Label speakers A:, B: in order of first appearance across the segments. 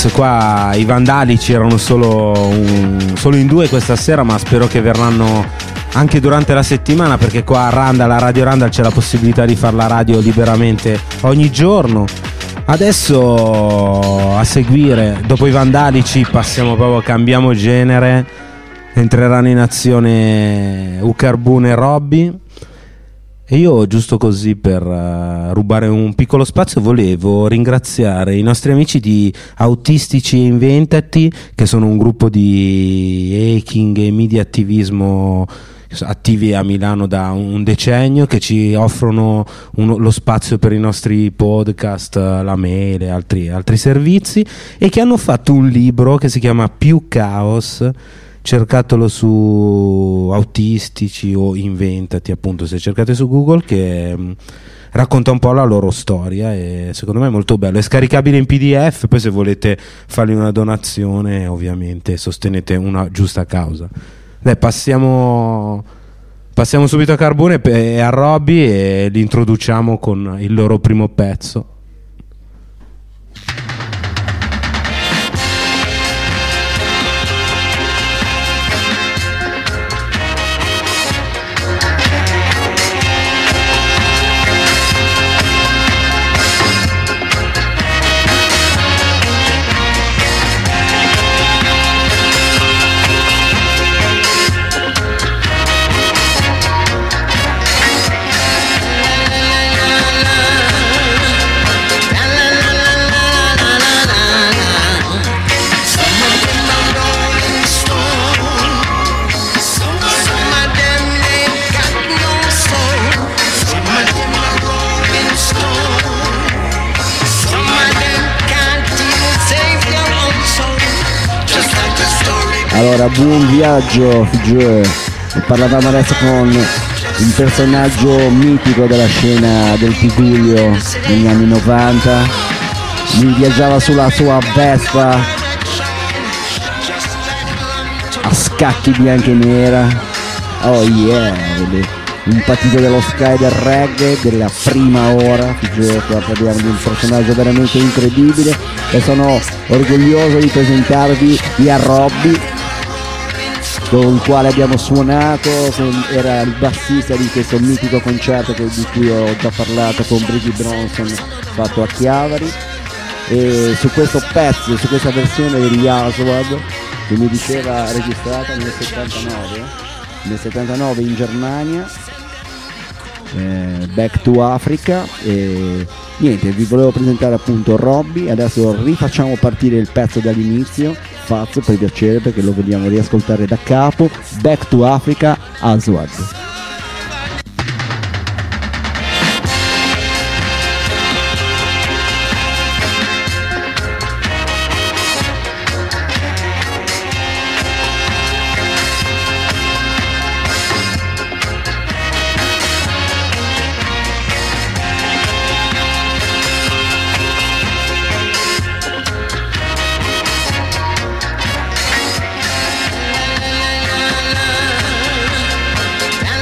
A: Qua i Vandalici erano solo in due questa sera, ma spero che verranno anche durante la settimana, perché qua a Randall, la Radio Randall, c'è la possibilità di fare la radio liberamente ogni giorno. Adesso a seguire, dopo i Vandalici, cambiamo genere, entreranno in azione Ucarbune e Robby. E io, giusto così per rubare un piccolo spazio, volevo ringraziare i nostri amici di Autistici e Inventati, che sono un gruppo di hacking e media attivismo attivi a Milano da un decennio, che ci offrono lo spazio per i nostri podcast, la mail e altri servizi, e che hanno fatto un libro che si chiama Più Caos. Cercatelo su Autistici o Inventati, appunto, se cercate su Google, che racconta un po' la loro storia e secondo me è molto bello. È scaricabile in PDF, poi se volete fargli una donazione, ovviamente sostenete una giusta causa. Dai, passiamo subito a Carbone e a Robby e li introduciamo con il loro primo pezzo.
B: Allora, buon viaggio, figlio. Parlavamo adesso con un personaggio mitico della scena del Tigullio negli anni 90. Mi viaggiava sulla sua Vespa a scacchi bianca e nera. Oh yeah, un partito dello Sky del reggae della prima ora, figlio. Parliamo di un personaggio veramente incredibile e sono orgoglioso di presentarvi via Robby, con il quale abbiamo suonato, era il bassista di questo mitico concerto di cui ho già parlato con Bridget Bronson, fatto a Chiavari. E su questo pezzo, su questa versione degli Aswad, che mi diceva registrata nel 79 in Germania, Back to Africa. E niente, vi volevo presentare appunto Robby. Adesso rifacciamo partire il pezzo dall'inizio, Faz, per piacere, perché lo vogliamo riascoltare da capo. Back to Africa, Aswad.
C: La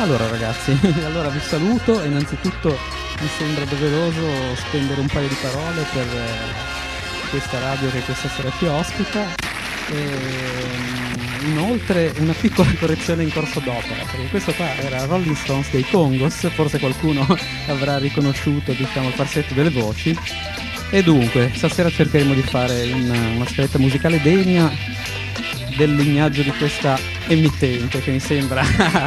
C: Allora ragazzi, allora vi saluto e innanzitutto mi sembra doveroso spendere un paio di parole per questa radio che questa sera ci ospita. Inoltre una piccola correzione in corso d'opera, perché questo qua era Rolling Stones dei Congos, forse qualcuno avrà riconosciuto, diciamo, il farsetto delle voci. E dunque stasera cercheremo di fare una scaletta musicale degna del lignaggio di questa emittente, che mi sembra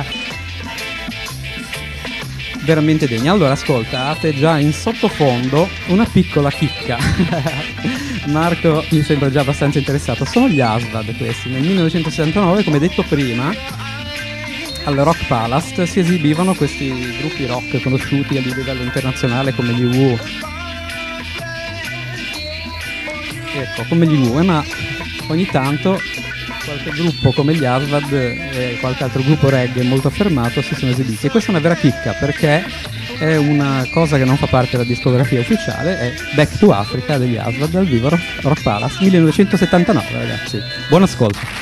C: veramente degna. Allora ascoltate già in sottofondo una piccola chicca. Marco mi sembra già abbastanza interessato. Sono gli Aswad questi. Nel 1969, come detto prima, al Rock Palace si esibivano questi gruppi rock conosciuti a livello internazionale come gli Who. Ecco, come gli Who, ma ogni tanto qualche gruppo come gli Aswad e qualche altro gruppo reggae molto affermato si sono esibiti. E questa è una vera chicca, perché è una cosa che non fa parte della discografia ufficiale, è Back to Africa degli Aswad dal vivo Rock Palace 1979, ragazzi. Buon ascolto.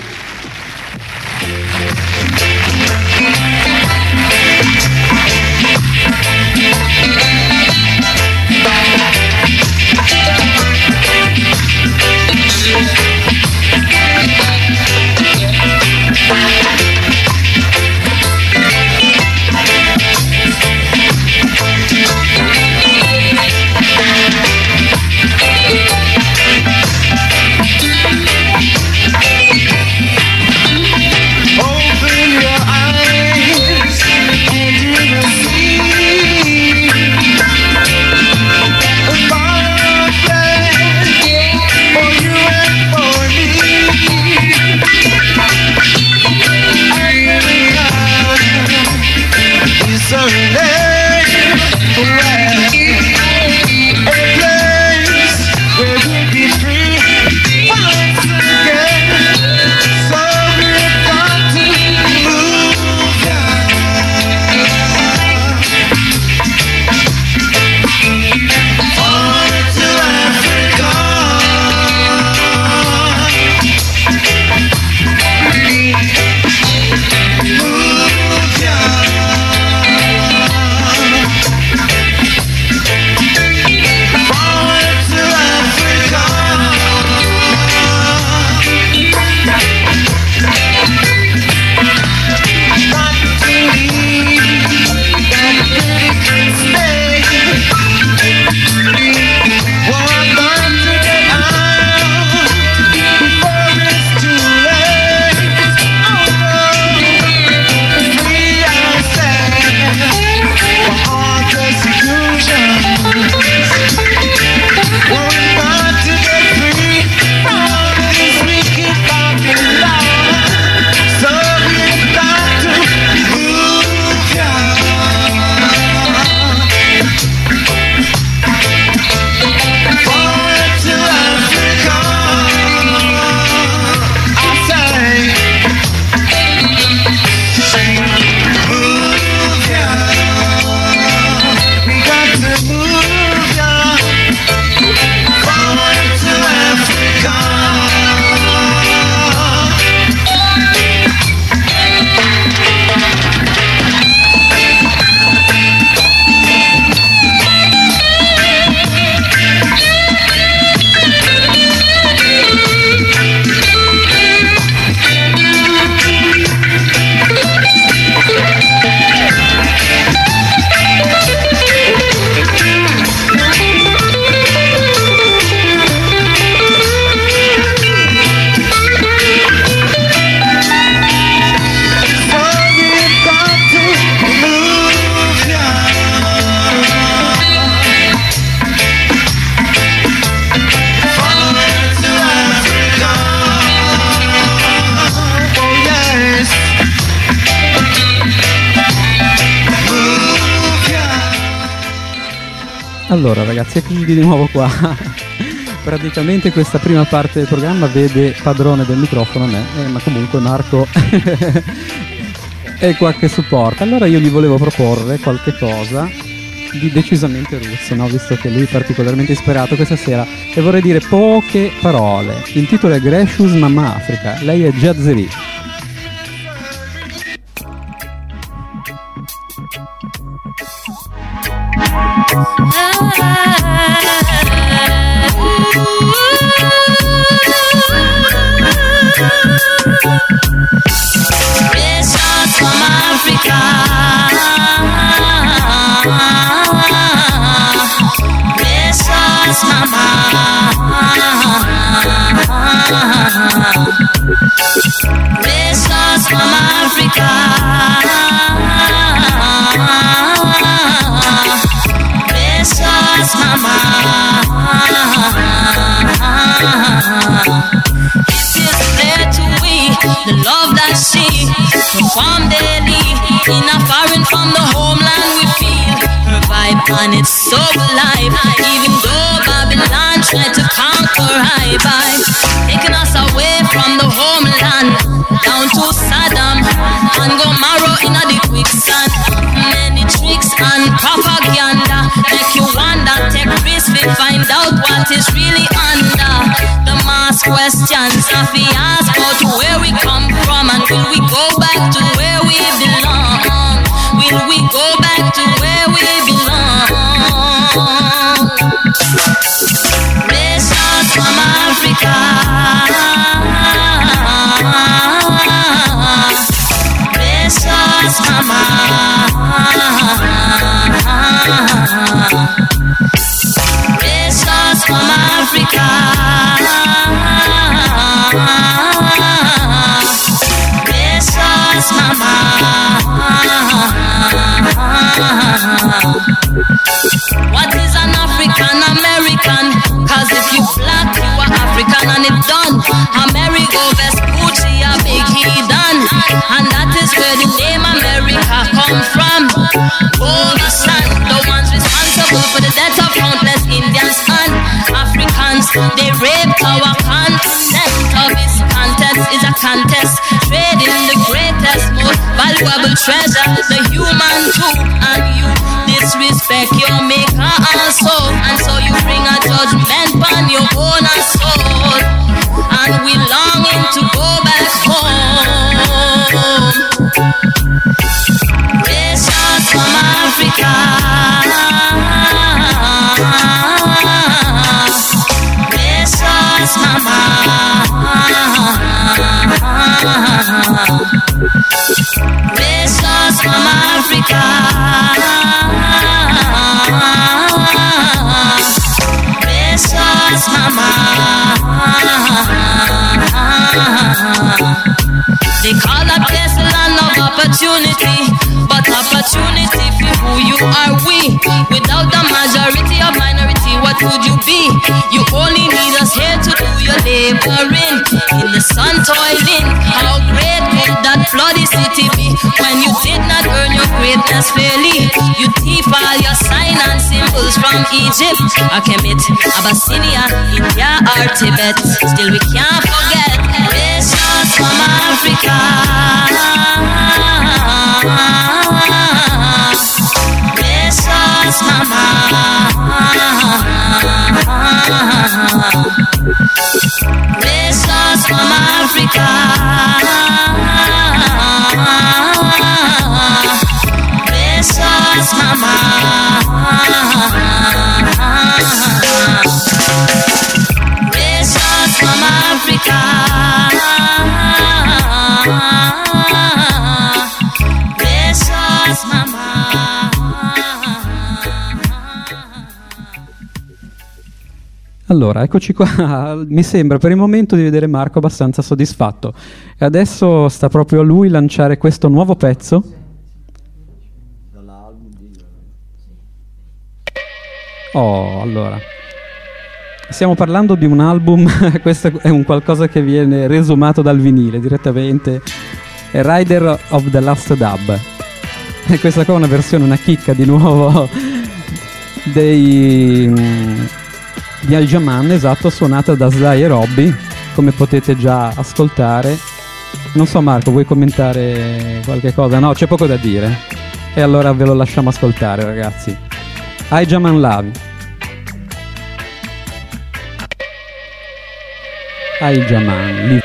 C: Allora ragazzi, eccoci di nuovo qua. Praticamente questa prima parte del programma vede padrone del microfono me, ma comunque Marco è qua che supporta. Allora io gli volevo proporre qualche cosa di decisamente russo, no? Visto che lui è particolarmente ispirato questa sera, e vorrei dire poche parole. Il titolo è Gracious Mamma Africa, lei è Jazzery.
D: Precious mama, precious mama Africa, precious mama. It is clear to we the love that she performed daily in a foreign from the homeland we feel her vibe and it's so alive. Even though Babylon tried to conquer high vibe, taking us away from the homeland down to Saddam and Gomorrah in the quicksand. Many tricks and propaganda make you wonder, take risks to find out what is really under. The mass questions of the ask about where we come from and will we go back to where we belong? Will we go back to where we belong? Precious from Africa, precious mama, precious from Africa, precious mama. What is an African American? Cause if you black, you are African and it's done. Amerigo Vespucci, a big heathen. And that is where the name America come from. Oh, the sun, the ones responsible for the death of countless Indians and Africans. They raped our continent. Of this contest is a contest. Trading the greatest, most valuable treasure, the human too. And you disrespect your maker also. And so you bring a judgment on your own soul. And we longing to go back home. Precious from Africa, precious mama, precious from Africa, precious mama. They call that place a land of opportunity, but opportunity for who you are we. Without the majority of minority, what would you be? You only need us here to do your laboring, in the sun toiling. How great could that bloody city be when you did not earn your greatness fairly? You thief all your sign and symbols from Egypt, Akemet, Abyssinia, India or Tibet. Still we can't forget precious from Africa, precious mama, precious from Africa, precious mama. Precious from Africa, precious mama.
C: Allora, eccoci qua. Mi sembra per il momento di vedere Marco abbastanza soddisfatto. E adesso sta proprio a lui lanciare questo nuovo pezzo. Oh, allora. Stiamo parlando di un album, questo è un qualcosa che viene resumato dal vinile direttamente, è Rider of the Last Dub. E questa qua è una versione, una chicca di nuovo di Al Jaman, esatto, suonata da Sly e Robbie, come potete già ascoltare. Non so Marco, vuoi commentare qualche cosa? No, c'è poco da dire. E allora ve lo lasciamo ascoltare, ragazzi. Al Jaman Love. Al Jaman.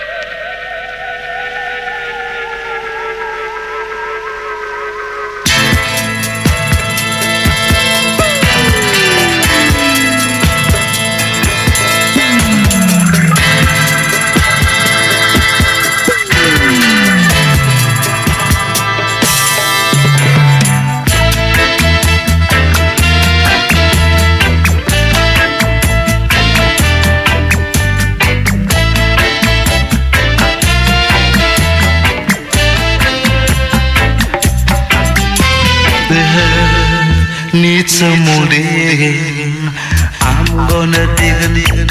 E: some more digging. I'm gonna dig a dig.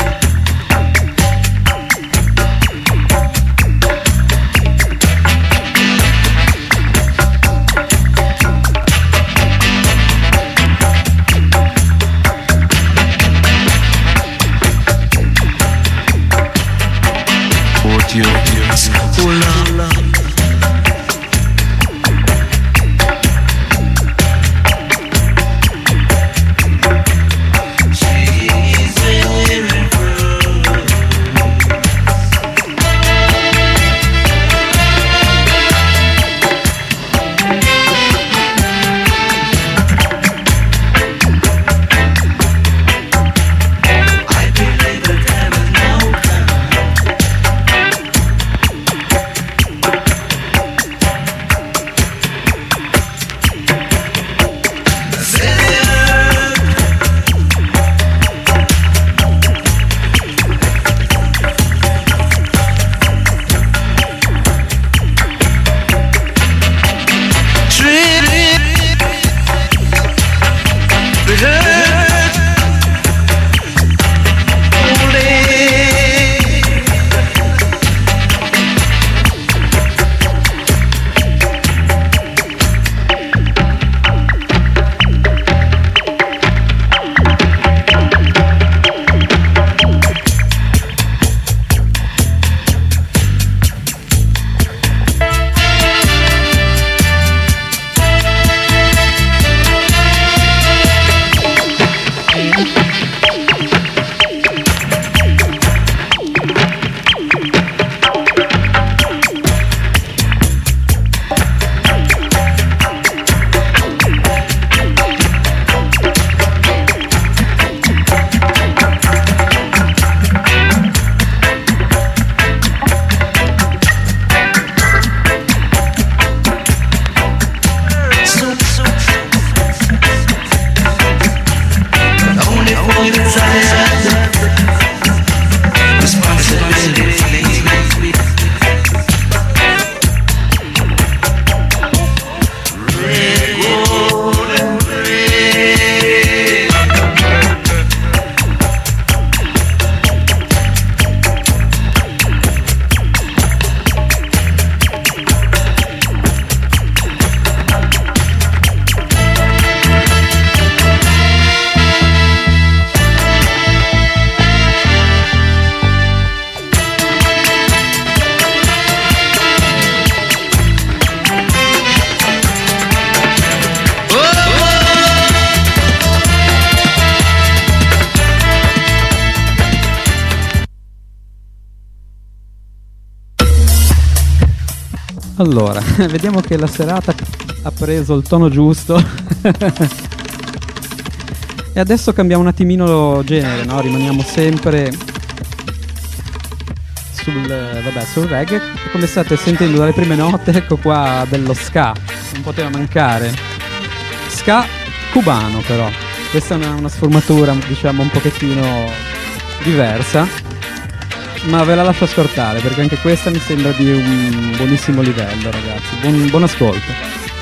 C: Allora, vediamo che la serata ha preso il tono giusto. E adesso cambiamo un attimino genere, no? Rimaniamo sempre sul reggae. Come state sentendo dalle prime note, ecco qua dello ska, non poteva mancare. Ska cubano però. Questa è una sfumatura, diciamo, un pochettino diversa. Ma ve la lascio ascoltare perché anche questa mi sembra di un buonissimo livello, ragazzi. Buon ascolto.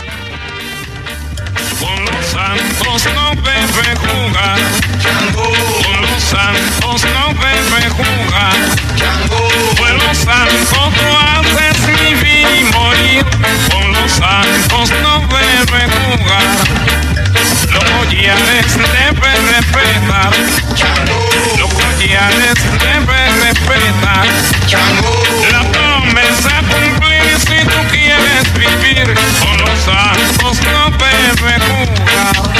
F: Con los santos no debe jugar, con los santos no debe jugar, pues los santos lo haces vivir y morir, con los santos no debe jugar, los collares debe respetar, los collares debe respetar, la promesa cumplir si tú quieres vivir, con los santos no debe jugar.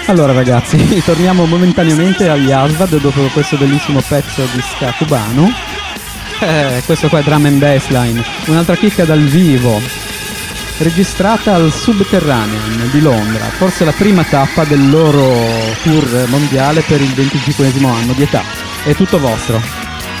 C: Allora ragazzi, torniamo momentaneamente agli Asvad dopo questo bellissimo pezzo di ska cubano. Questo qua è Drum and Bassline, un'altra chicca dal vivo, registrata al Subterranean di Londra, forse la prima tappa del loro tour mondiale per il 25esimo anno di età. È tutto vostro.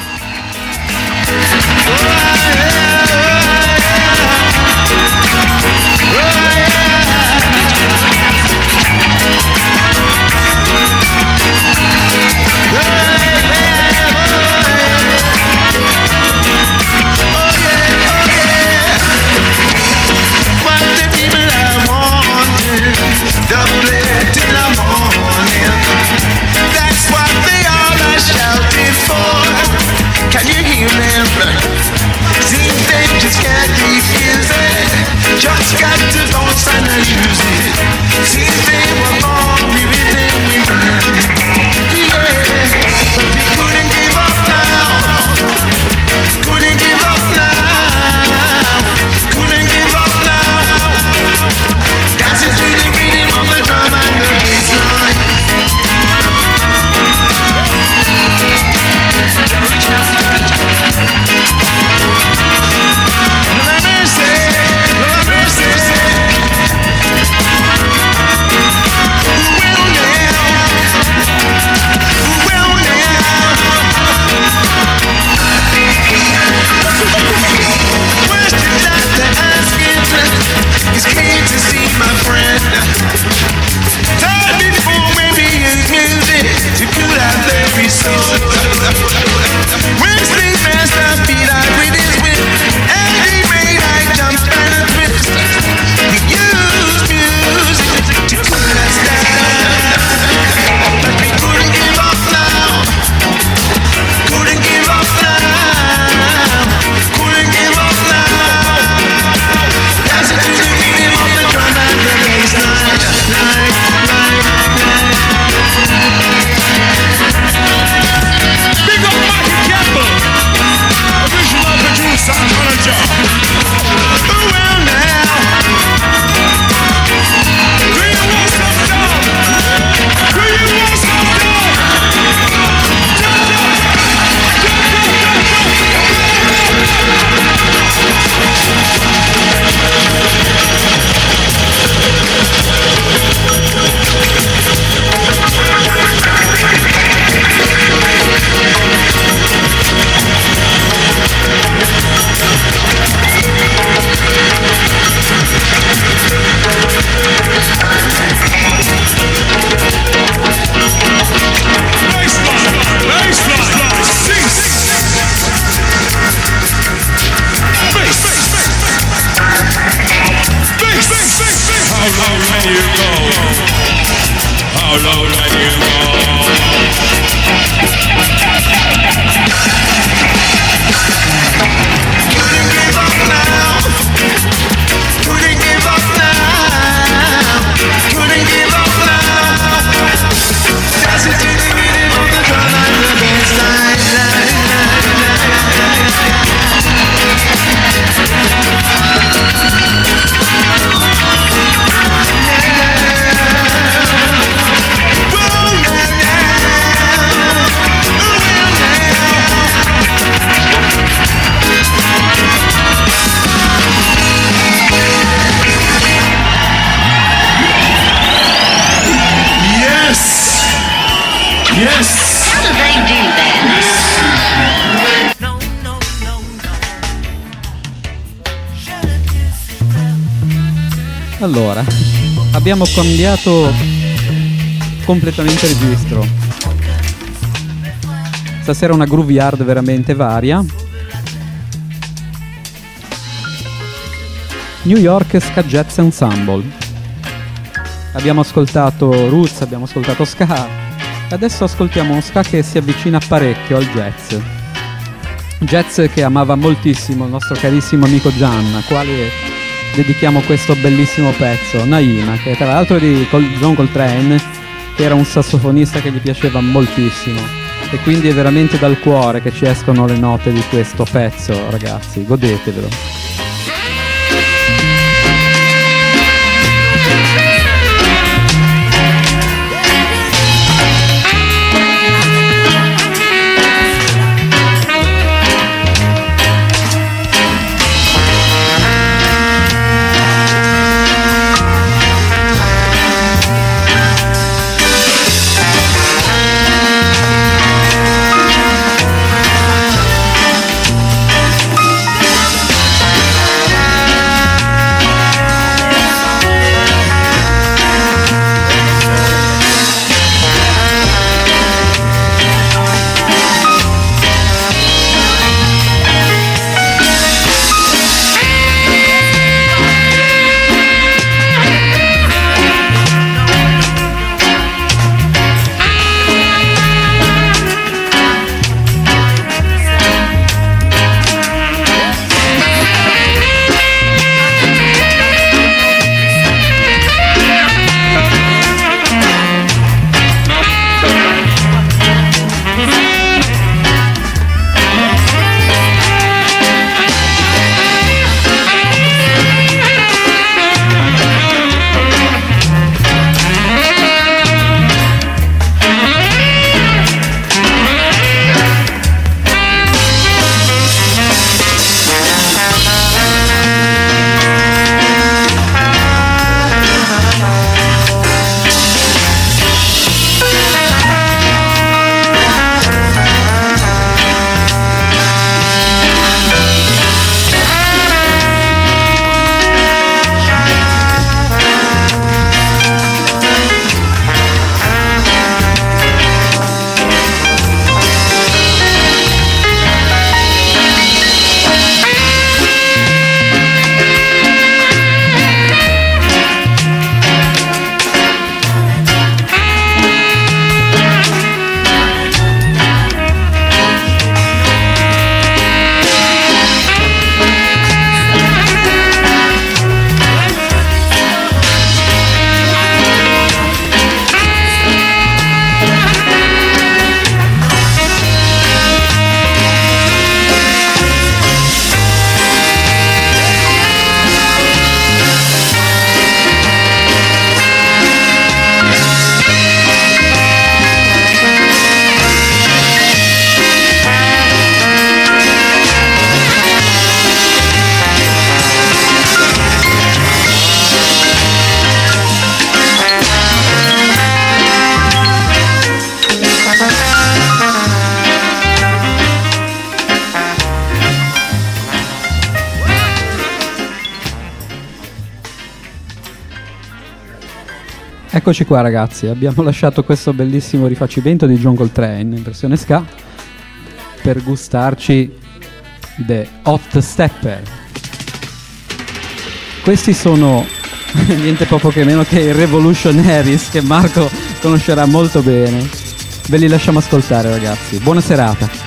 G: Can you hear them? Seems they just can't refuse it. Just got to bounce and use it. Seems they were born with it we ran. Yeah, but we couldn't give up now. Couldn't give up now. Couldn't give up now. Dancing to the rhythm of the drum and the bass line. It's clear to see my friend. Time before we use music to cool our very soul. When Steve Master beat out with his whip, and he made I jump and a twist. We use music to cool us down, but we couldn't give up now. Couldn't give up now. Couldn't give up now. Dancing to the rhythm of the drum and the bass line. Big up Mikey Campbell, original producer on a job. Well now, do you want some dog? Do you want some dog? How low can you go? Couldn't give up now. Couldn't give up now. Couldn't give up now. Dancing to the rhythm of the drum and the bass line. Yes!
H: How do they do that?
C: Allora, abbiamo cambiato completamente registro. Stasera una groove yard veramente varia. New York Ska Jazz Ensemble. Abbiamo ascoltato roots, abbiamo ascoltato ska. Adesso ascoltiamo uno ska che si avvicina parecchio al jazz. Jazz che amava moltissimo il nostro carissimo amico Gian, a quale dedichiamo questo bellissimo pezzo, Naima, che tra l'altro è di John Coltrane, che era un sassofonista che gli piaceva moltissimo. E quindi è veramente dal cuore che ci escono le note di questo pezzo, ragazzi, godetevelo. Eccoci qua ragazzi, abbiamo lasciato questo bellissimo rifacimento di John Coltrane in versione ska per gustarci The Hot Stepper. Questi sono niente poco che meno che i Revolutionaries, che Marco conoscerà molto bene. Ve li lasciamo ascoltare ragazzi, buona serata.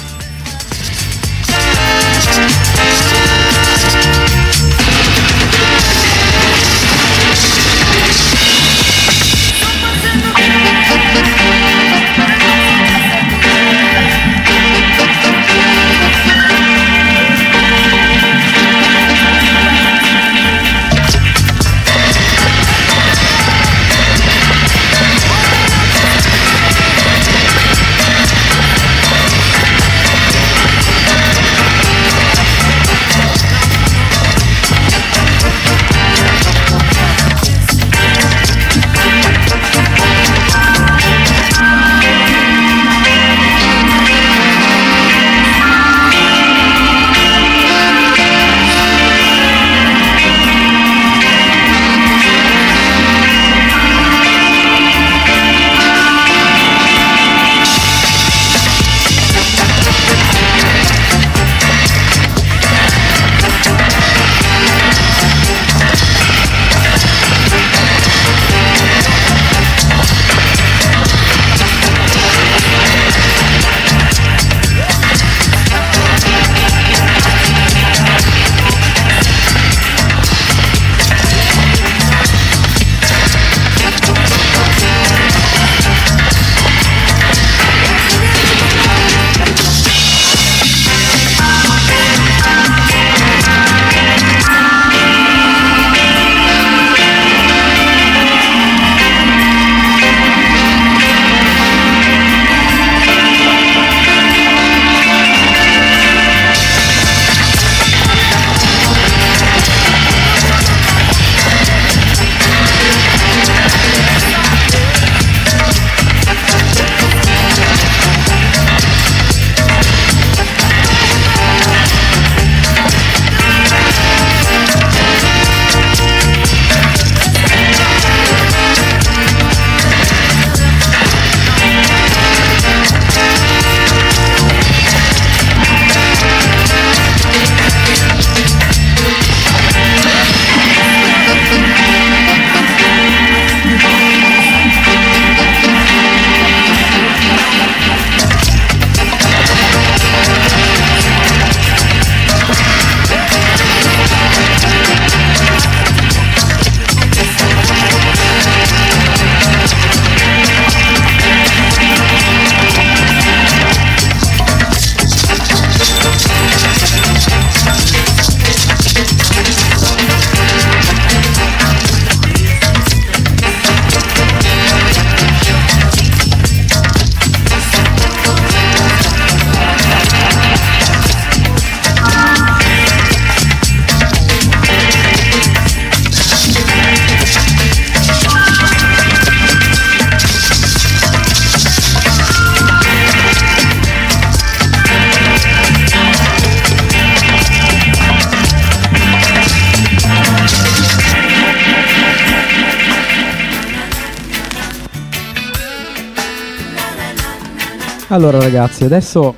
C: Allora ragazzi, adesso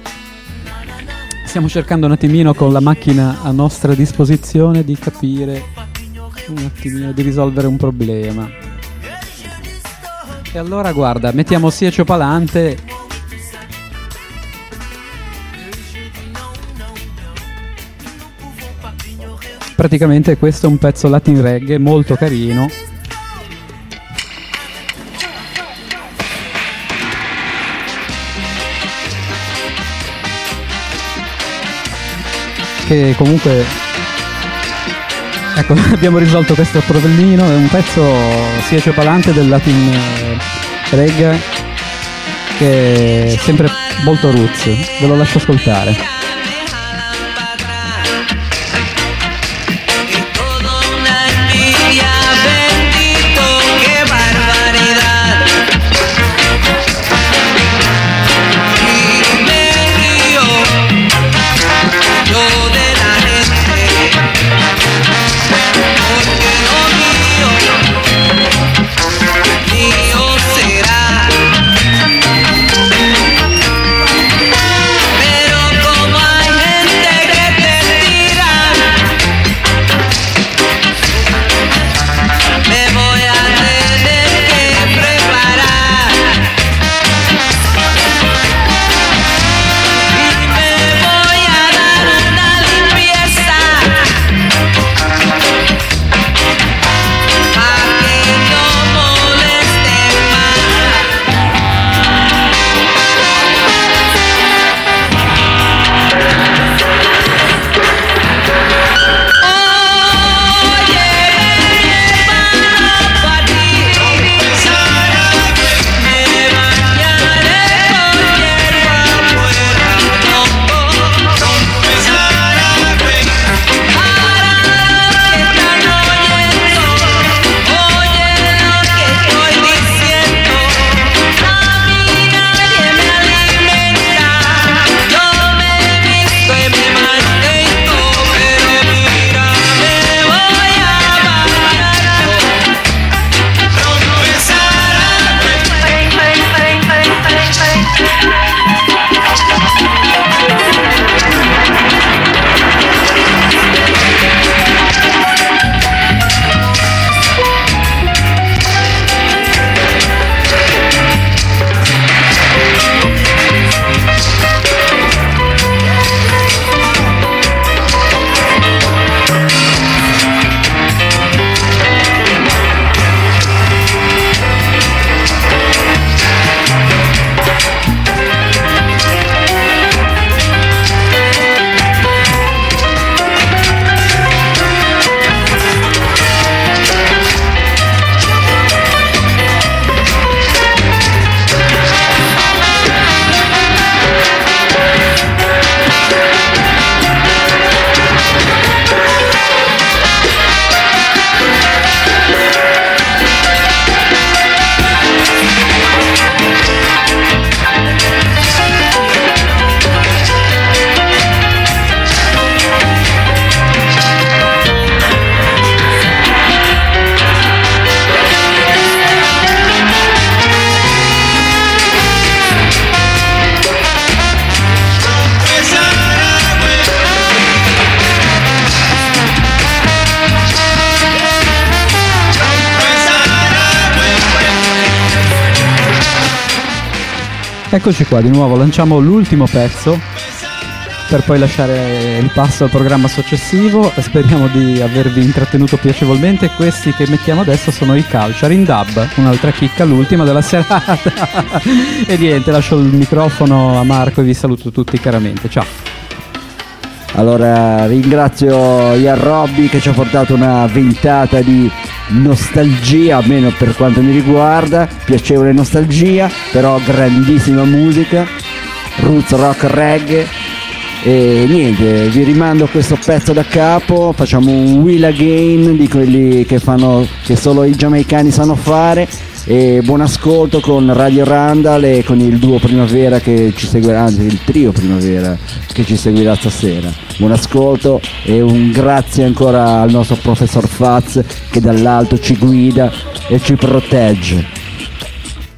C: stiamo cercando un attimino con la macchina a nostra disposizione di capire un attimino, di risolvere un problema. E allora guarda, mettiamo Siecio Palante. Praticamente questo è un pezzo latin reggae molto carino. Che comunque, ecco, abbiamo risolto questo problemino. È un pezzo Siecio Palante del latin reggae che è sempre molto roots. Ve lo lascio ascoltare. Eccoci qua, di nuovo lanciamo l'ultimo pezzo per poi lasciare il passo al programma successivo. Speriamo di avervi intrattenuto piacevolmente. Questi che mettiamo adesso sono i Culture in Dub, un'altra chicca, l'ultima della serata. E niente, lascio il microfono a Marco e vi saluto tutti caramente. Ciao.
B: Allora ringrazio Ian Robby che ci ha portato una ventata di nostalgia, almeno per quanto mi riguarda, piacevole nostalgia, però grandissima musica, roots rock reggae. E niente, vi rimando questo pezzo da capo, facciamo un Will Again di quelli che solo i giamaicani sanno fare. E buon ascolto con Radio Randall e con il duo Primavera che ci seguirà, anzi il trio Primavera che ci seguirà stasera. Buon ascolto e un grazie ancora al nostro professor Faz che dall'alto ci guida e ci protegge.